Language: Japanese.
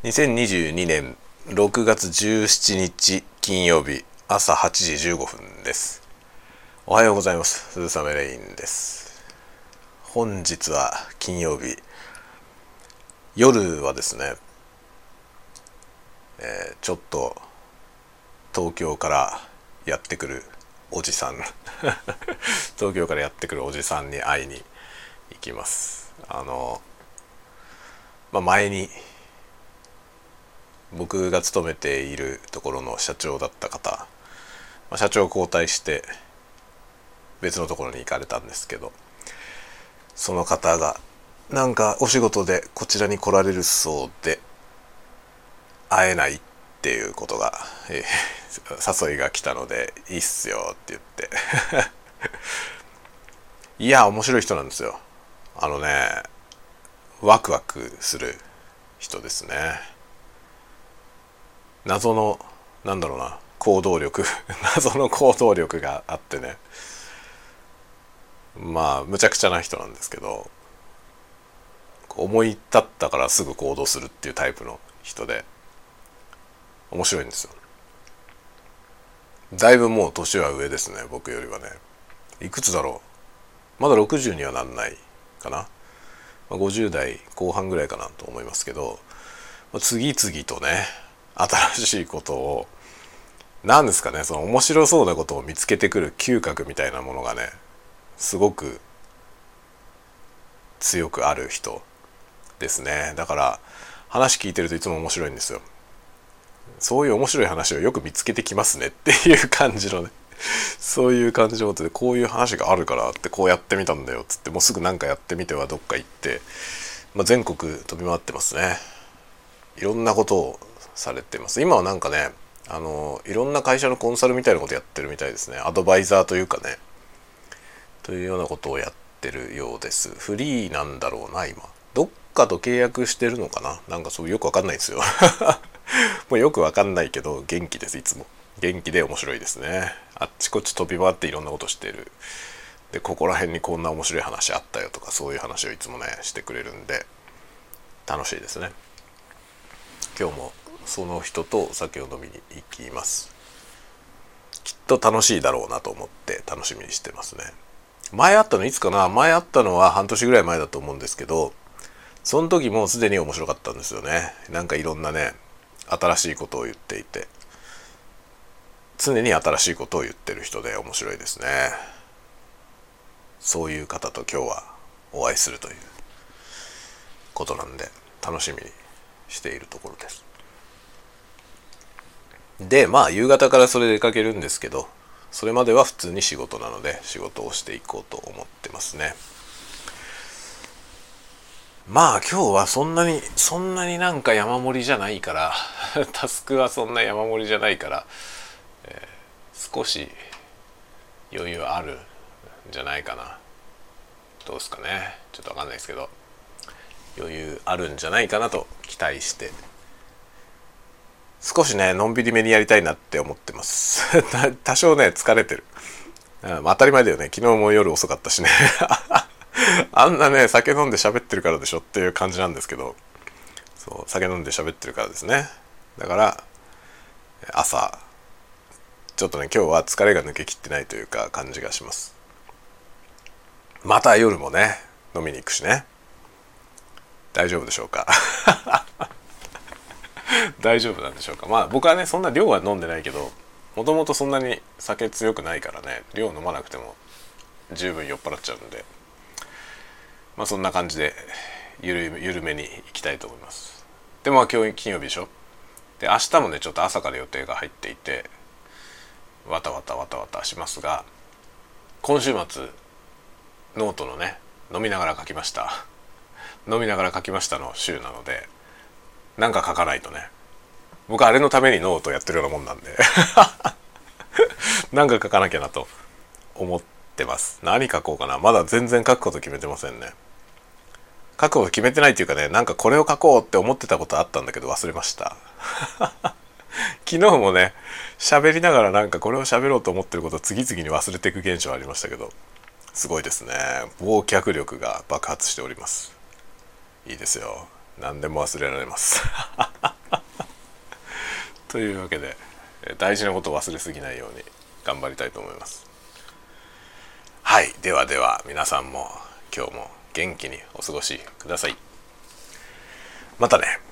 2022年6月17日金曜日朝8時15分です。おはようございます。鈴雨レインです。本日は金曜日、夜はですね、ちょっと東京からやってくるおじさん東京からやってくるおじさんに会いに行きます。前に僕が勤めているところの社長だった方、社長交代して別のところに行かれたんですけど、その方がなんかお仕事でこちらに来られるそうで会えないっていうことが、誘いが来たのでいいっすよって言っていや面白い人なんですよ。ワクワクする人ですね。謎の行動力謎の行動力があってね、むちゃくちゃな人なんですけど、思い立ったからすぐ行動するっていうタイプの人で面白いんですよ。だいぶもう年は上ですね、僕よりはね。いくつだろう、まだ60にはなんないかな、50代後半ぐらいかなと思いますけど、次々とね新しいことを、なんですかね、その面白そうなことを見つけてくる嗅覚みたいなものがね、すごく強くある人ですね。だから話聞いてるといつも面白いんですよ。そういう面白い話をよく見つけてきますねっていう感じのねそういう感じのことで、こういう話があるからってこうやってみたんだよっつって、もうすぐなんかやってみてはどっか行って、全国飛び回ってますね。いろんなことをされてます。今はなんかね、いろんな会社のコンサルみたいなことやってるみたいですね。アドバイザーというかね、というようなことをやってるようです。フリーなんだろうな、今どっかと契約してるのかな、なんかそうよくわかんないですよもうよくわかんないけど元気です。いつも元気で面白いですね。あっちこっち飛び回っていろんなことしてる。でここら辺にこんな面白い話あったよとか、そういう話をいつもねしてくれるんで楽しいですね。今日もその人とお酒を飲みに行きます。きっと楽しいだろうなと思って楽しみにしてますね。前会ったのいつかな、前会ったのは半年ぐらい前だと思うんですけど、その時もうすでに面白かったんですよね。なんかいろんなね新しいことを言っていて、常に新しいことを言ってる人で面白いですね。そういう方と今日はお会いするということなんで楽しみにしているところです。で夕方からそれで出かけるんですけど、それまでは普通に仕事なので仕事をしていこうと思ってますね。今日はそんなになんか山盛りじゃないからタスクはそんな山盛りじゃないから、少し余裕あるんじゃないかな。どうですかね、ちょっと分かんないですけど、余裕あるんじゃないかなと期待して、少しねのんびりめにやりたいなって思ってます多少ね疲れてる、当たり前だよね。昨日も夜遅かったしねあんなね酒飲んで喋ってるからでしょっていう感じなんですけど、そう酒飲んで喋ってるからですね。だから朝ちょっとね今日は疲れが抜けきってないというか感じがします。また夜もね飲みに行くしね。大丈夫でしょうか大丈夫なんでしょうか。僕はねそんな量は飲んでないけど、もともとそんなに酒強くないからね、量飲まなくても十分酔っ払っちゃうんで、そんな感じでゆるめに行きたいと思います。で今日金曜日でしょ。で明日もねちょっと朝から予定が入っていてわたわたしますが、今週末ノートのね飲みながら書きましたの週なので、なんか書かないとね。僕あれのためにノートやってるようなもんなんでなんか書かなきゃなと思ってます。何書こうかな。まだ全然書くこと決めてませんね。書くこと決めてないっていうかね、なんかこれを書こうって思ってたことあったんだけど忘れました昨日もね喋りながらなんかこれを喋ろうと思ってることを次々に忘れていく現象ありましたけど、すごいですね。忘却力が爆発しております。いいですよ。何でも忘れられますというわけで大事なことを忘れすぎないように頑張りたいと思います。はい、ではでは皆さんも今日も元気にお過ごしください。またね。